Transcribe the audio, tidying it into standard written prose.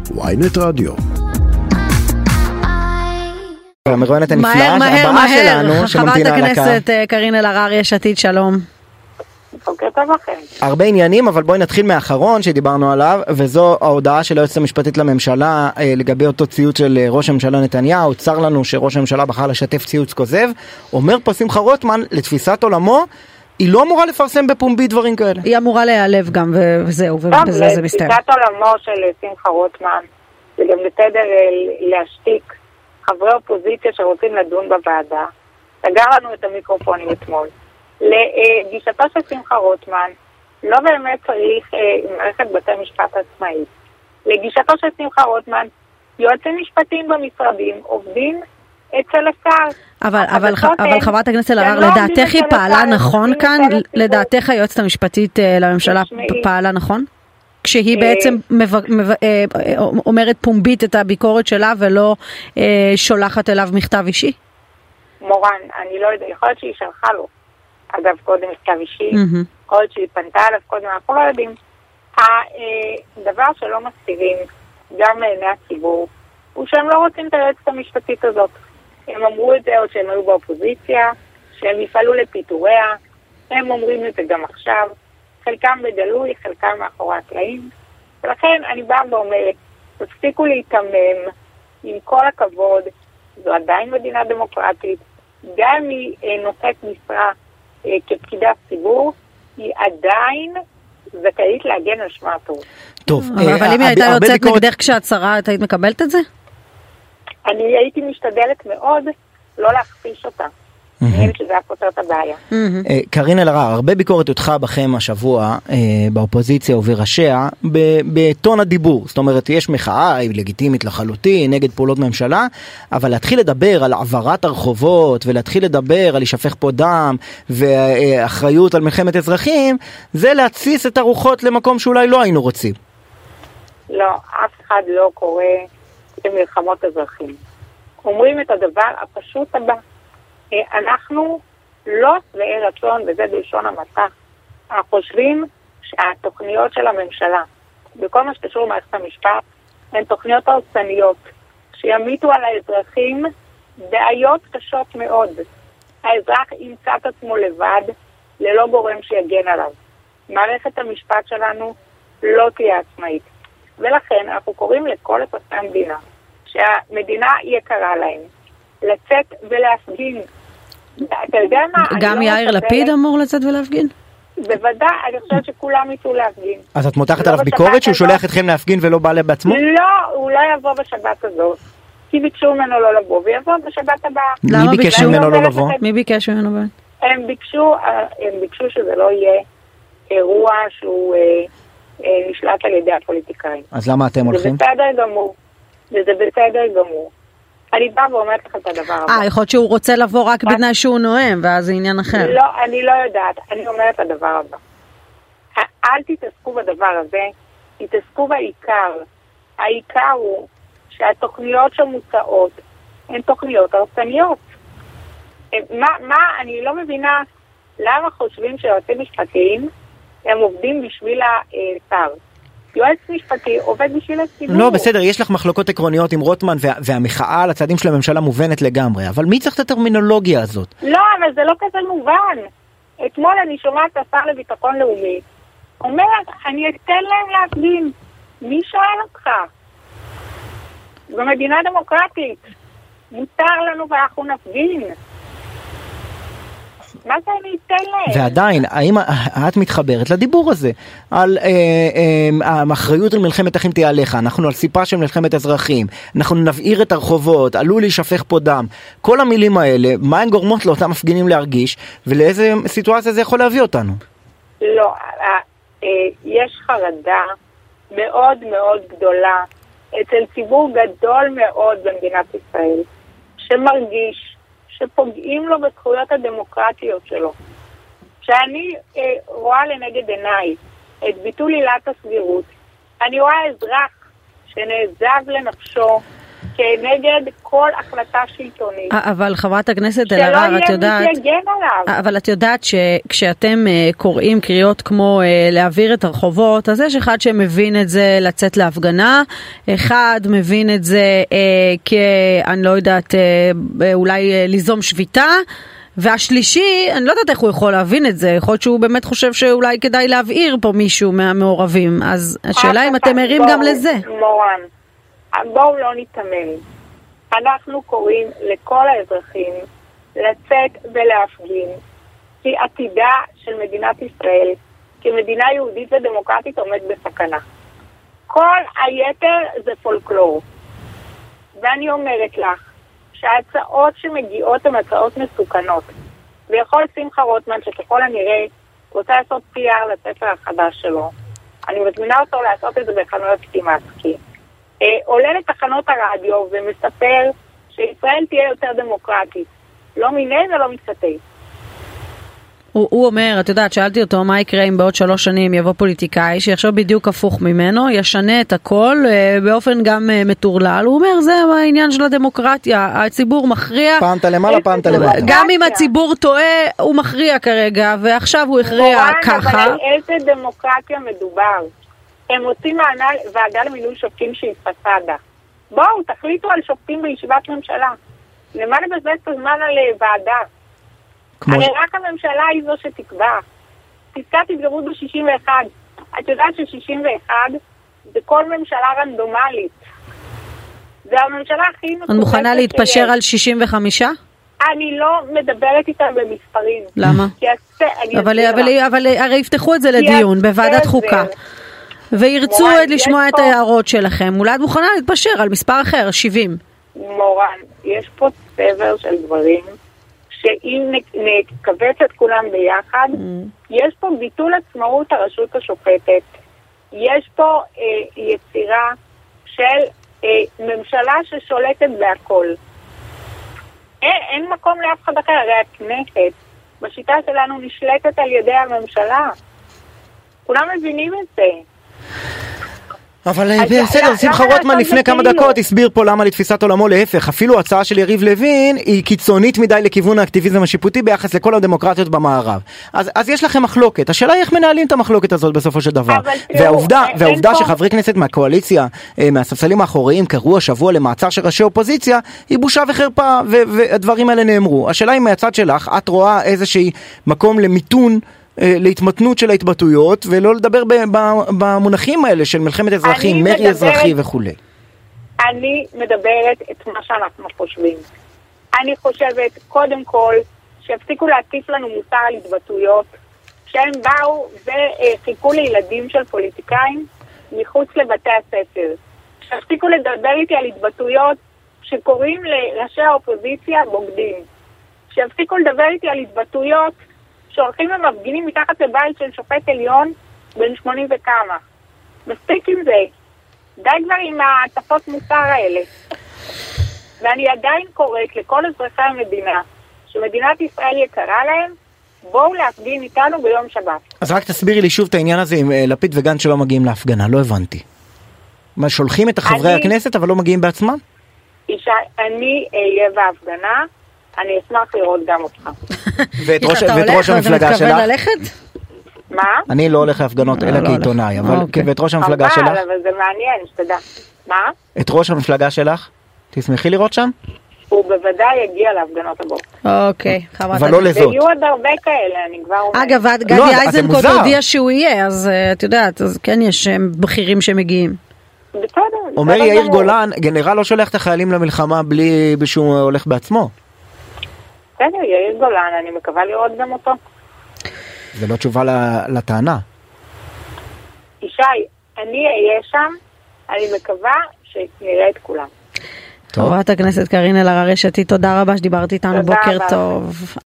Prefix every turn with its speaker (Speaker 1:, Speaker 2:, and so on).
Speaker 1: ynet רדיו.
Speaker 2: המרואיינת הנפלאה הבאה שלנו שממתינה על הקו.
Speaker 3: חברת הכנסת קארין אלהרר, יש עתיד, שלום.
Speaker 4: בוקר טוב לכם.
Speaker 2: הרבה עניינים, אבל בואי נתחיל מהאחרון שדיברנו עליו, וזו ההודעה של היועצת המשפטית לממשלה לגבי אותו ציוץ של ראש הממשלה נתניהו. צר לנו שראש הממשלה בחר לשתף ציוץ כוזב. אומר פה שמחה רוטמן, לתפיסת עולמו, היא לא אמורה לפרסם בפומבי דברים כאלה.
Speaker 3: היא אמורה להיעלב גם, וזהו, ובזה זה מסתיים.
Speaker 4: לתפיסת עולמו של שמחה רוטמן, זה גם בסדר להשתיק חברי אופוזיציה שרוצים לדון בוועדה. סגר לנו את המיקרופונים אתמול. לגישתו של שמחה רוטמן, לא באמת צריך מערכת בתי משפט עצמאית. לגישתו של שמחה רוטמן, יועצים משפטיים במשרדים עובדים אצל השר.
Speaker 3: אבל חברת הכנסת אלהרר, לדעתך היא פעלה נכון כאן? לדעתך היועצת המשפטית לממשלה פעלה נכון? כשהיא בעצם אומרת פומבית את הביקורת שלה ולא שולחת אליו מכתב אישי?
Speaker 4: מורן, אני לא יודע, יכול להיות שהיא שלחה לו. אגב, קודם מכתב אישי, יכול להיות שהיא פנתה עליו קודם, אנחנו לא יודעים. הדבר שלא מסתירים, גם מעיני הציבור, הוא שהם לא רוצים את היועצת המשפטית הזאת. הם אמרו את זה עוד שהם היו באופוזיציה, שהם יפעלו לפיטוריה, הם אומרים את זה גם עכשיו, חלקם בגלוי, חלקם מאחורי הקלעים, ולכן אני באה ואומרת, תפסיקו להתאמם, עם כל הכבוד, זו עדיין מדינה דמוקרטית, גם היא נושאת משרה כפקידת ציבור, היא עדיין זכאית להגן על שמה הטוב.
Speaker 2: טוב,
Speaker 3: אבל אם היא הייתה יוצאת נגדך כשאת שרה, את היית מקבלת את זה?
Speaker 4: אני הייתי משתדלת מאוד לא להכפיש אותה. נראה שזה היה פותר את הבעיה.
Speaker 2: קארין אלהרר, הרבה ביקורת אותך בכם השבוע באופוזיציה ובראשיה בטון הדיבור. זאת אומרת, יש מחאה, היא לגיטימית לחלוטין, נגד פעולות ממשלה, אבל להתחיל לדבר על העברת הרחובות ולהתחיל לדבר על להישפך פה דם ואחריות על מלחמת אזרחים, זה להציס את הרוחות למקום שאולי לא היינו רוצים.
Speaker 4: לא, אף אחד לא קורא למלחמות אזרחים. אומרים את הדבר הפשוט הבא. אנחנו לא שבעי רצון, וזה בלשון המעטה, אנחנו חושבים שהתוכניות של הממשלה, בכל מה שקשור למערכת המשפט, הן תוכניות הרסניות, שימיתו על האזרחים בעיות קשות מאוד. האזרח ימצא את עצמו לבד, ללא גורם שיגן עליו. מערכת המשפט שלנו לא תהיה עצמאית. ולכן אנחנו קוראים לכל אזרחי המדינה, שהמדינה יקרה להם, לצאת ולהפגין. אתה יודע מה?
Speaker 3: גם יאיר לפיד אמור לצאת ולהפגין?
Speaker 4: בוודאי, אני חושבת שכולם יצאו להפגין.
Speaker 2: אז את מותחת עליו ביקורת שהוא שולח אתכם להפגין ולא בא בעצמו?
Speaker 4: לא, הוא לא יבוא בשבת הזאת. כי ביקשו ממנו לא לבוא, ויבוא בשבת הבאה.
Speaker 2: מי ביקש ממנו לא לבוא?
Speaker 3: מי ביקש ממנו?
Speaker 4: הם ביקשו שזה לא יהיה אירוע שהוא נשלט על ידי הפוליטיקאים.
Speaker 2: אז למה אתם הולכים?
Speaker 4: זה בסדר גמור. וזה בסדר גמור. אני באה ואומרת לך את הדבר הבא.
Speaker 3: יכול להיות שהוא רוצה לבוא רק בתנאי שהוא נואם, ואז זה עניין אחר.
Speaker 4: לא, אני לא יודעת. אני אומרת את הדבר הבא. אל תתעסקו בדבר הזה, תתעסקו בעיקר. העיקר הוא שהתוכניות שמוצעות הן תוכניות הרסניות. אני לא מבינה למה חושבים שיועצים משפטיים הם עובדים בשביל השר. יועץ משפטי עובד בשביל הציבור.
Speaker 2: לא, בסדר, יש לך מחלוקות עקרוניות עם רוטמן והמחאה על הצעדים של הממשלה מובנת לגמרי, אבל מי צריך את הטרמינולוגיה הזאת?
Speaker 4: לא, אבל זה לא כזה מובן. אתמול אני שומעת את השר לביטחון לאומי, אומר, אני אתן להם להפגין. מי שואל אותך? זו מדינה דמוקרטית. מותר לנו ואנחנו נפגין. מה זה אני אתן להם?
Speaker 2: ועדיין, האם את מתחברת לדיבור הזה? על האחריות על מלחמת אחים תהיה עליך, אנחנו על סיפה של מלחמת אזרחים, אנחנו נבעיר את הרחובות, עלול להישפך פה דם. כל המילים האלה, מה הן גורמות לאותם מפגינים להרגיש, ולאיזה סיטואציה זה יכול להביא אותנו?
Speaker 4: לא, יש חרדה מאוד מאוד גדולה אצל ציבור גדול מאוד במדינת ישראל, שמרגיש שפוגעים לו בזכויות הדמוקרטיות שלו. כשאני רואה לנגד עיניי את ביטול עילת הסבירות, אני רואה אזרח שנעזב לנפשו כנגד כל החלטה שלטונית.
Speaker 3: אבל חברת הכנסת אלהרר, את יודעת, אבל את יודעת שכשאתם קוראים קריאות כמו להעביר את הרחובות, אז יש אחד שמבין את זה לצאת להפגנה, אחד מבין את זה אני לא יודעת, אולי ליזום שביתה, והשלישי, אני לא יודעת איך הוא יכול להבין את זה, יכול להיות שהוא באמת חושב שאולי כדאי להבעיר פה מישהו מהמעורבים, אז השאלה אם אתם ערים גם לזה.
Speaker 4: מורן, בואו לא ניתמם. אנחנו קוראים לכל האזרחים לצאת ולהפגין, כי עתידה של מדינת ישראל כמדינה יהודית ודמוקרטית עומד בסכנה. כל היתר זה פולקלור. ואני אומרת לך, שההצעות שמגיעות הן הצעות מסוכנות. ויכול שמחה רוטמן, שככל הנראה רוצה לעשות PR לספר החדש שלו. אני מזמינה אותו לעשות את זה בחנויות סטימצקי. עולה לתחנות הרדיו ומספר שישראל תהיה יותר דמוקרטית. לא מיני ולא מצטטי.
Speaker 3: הוא אומר, את יודעת, שאלתי אותו מה יקרה אם בעוד 3 שנים יבוא פוליטיקאי שיחשוב בדיוק הפוך ממנו, ישנה את הכל באופן גם מטורלל. הוא אומר, זה העניין של הדמוקרטיה, הציבור מכריע.
Speaker 2: פעמת למעלה, פעמת למעלה.
Speaker 3: גם אם הציבור טועה, הוא מכריע כרגע, ועכשיו הוא הכריע ככה.
Speaker 4: אבל על איזה דמוקרטיה מדובר? הם רוצים ועדה למינוי שופטים שהיא פסאדה. בואו, תחליטו על שופטים בישיבת ממשלה. למה לבזבז את הזמן על ועדה? הרי רק הממשלה היא זו שתקבע. פסקת התגברות ב-61. את יודעת ש-61 זה כל ממשלה רנדומלית. זה הממשלה הכי
Speaker 3: את מוכנה להתפשר על 65?
Speaker 4: אני לא מדברת איתם במספרים.
Speaker 3: למה? אבל הרי יפתחו את זה לדיון בוועדת חוקה. וירצו לשמוע את ההערות שלכם. אולי את מוכנה להתפשר על מספר אחר, 70.
Speaker 4: מורן, יש פה צבר של דברים שאם נקבץ את כולם ביחד, יש פה ביטול עצמאות הרשות השופטת. יש פה יצירה של ממשלה ששולטת בהכל. אין מקום לאף אחד אחר. הרי הכנסת, בשיטה שלנו, נשלטת על ידי הממשלה. כולם מבינים את זה.
Speaker 2: אבל בסדר, שמחה רוטמן לפני כמה דקות הסביר פה למה לתפיסת עולמו להפך, אפילו הצעה של יריב לוין היא קיצונית מדי לכיוון האקטיביזם השיפוטי ביחס לכל הדמוקרטיות במערב. אז יש לכם מחלוקת, השאלה היא איך מנהלים את המחלוקת הזאת בסופו של דבר. והעובדה שחברי כנסת מהקואליציה, מהספסלים האחוריים, קראו השבוע למעצר של ראשי אופוזיציה, היא בושה וחרפה, והדברים האלה נאמרו. השאלה היא מהצד שלך, את רואה איזושהי מקום למיתון להתמתנות של ההתבטאויות, ולא לדבר במונחים האלה של מלחמת אזרחים, מרי אזרחי וכו'.
Speaker 4: אני מדברת את מה שאנחנו חושבים. אני חושבת, קודם כל, שהפסיקו להטיף לנו מוסר על התבטאויות, שהם באו וחיכו לילדים של פוליטיקאים מחוץ לבתי הספר. שהפסיקו לדבר איתי על התבטאויות שקוראים לראשי האופוזיציה בוגדים. שהפסיקו לדבר איתי על התבטאויות שהולכים ומפגינים מתחת לבית של שופט עליון בין 80 וכמה. מספיק עם זה. די כבר עם הטפות מוסר האלה. ואני עדיין קוראת לכל אזרחי המדינה, שמדינת ישראל יקרה להם, בואו להפגין איתנו ביום שבת.
Speaker 2: אז רק תסבירי לי שוב את העניין הזה עם לפיד וגנץ שלא מגיעים להפגנה, לא הבנתי. מה, שולחים את חברי הכנסת אבל לא מגיעים בעצמם?
Speaker 4: אני אהיה בהפגנה, אני אשמח לראות גם אותך.
Speaker 2: ואת ראש המפלגה שלך?
Speaker 4: מה?
Speaker 2: אני לא הולך להפגנות אלא כעיתונאי, אבל ואת ראש המפלגה שלך?
Speaker 4: אבל זה מעניין, שתדע. מה?
Speaker 2: את ראש המפלגה שלך? תשמחי לראות שם?
Speaker 4: הוא בוודאי יגיע להפגנות הבאות.
Speaker 3: אוקיי,
Speaker 2: אבל לא לזאת.
Speaker 4: ויהיו עוד הרבה כאלה, אני כבר אומרת.
Speaker 3: אגב, גדי איזנקוט הודיע שהוא יהיה, אז את יודעת, אז כן יש בכירים שמגיעים.
Speaker 4: בסדר.
Speaker 2: אומר יאיר גולן, גנרל לא שולח את החיילים למלחמה בלי שהוא הולך בעצמו.
Speaker 4: בסדר, יאיר גולן, אני מקווה לראות גם אותו.
Speaker 2: זה לא תשובה לטענה.
Speaker 4: ישי, אני אהיה שם, אני מקווה שנראה את כולם.
Speaker 3: חברת הכנסת קארין אלהרר, תודה רבה שדיברת איתנו, בוקר טוב.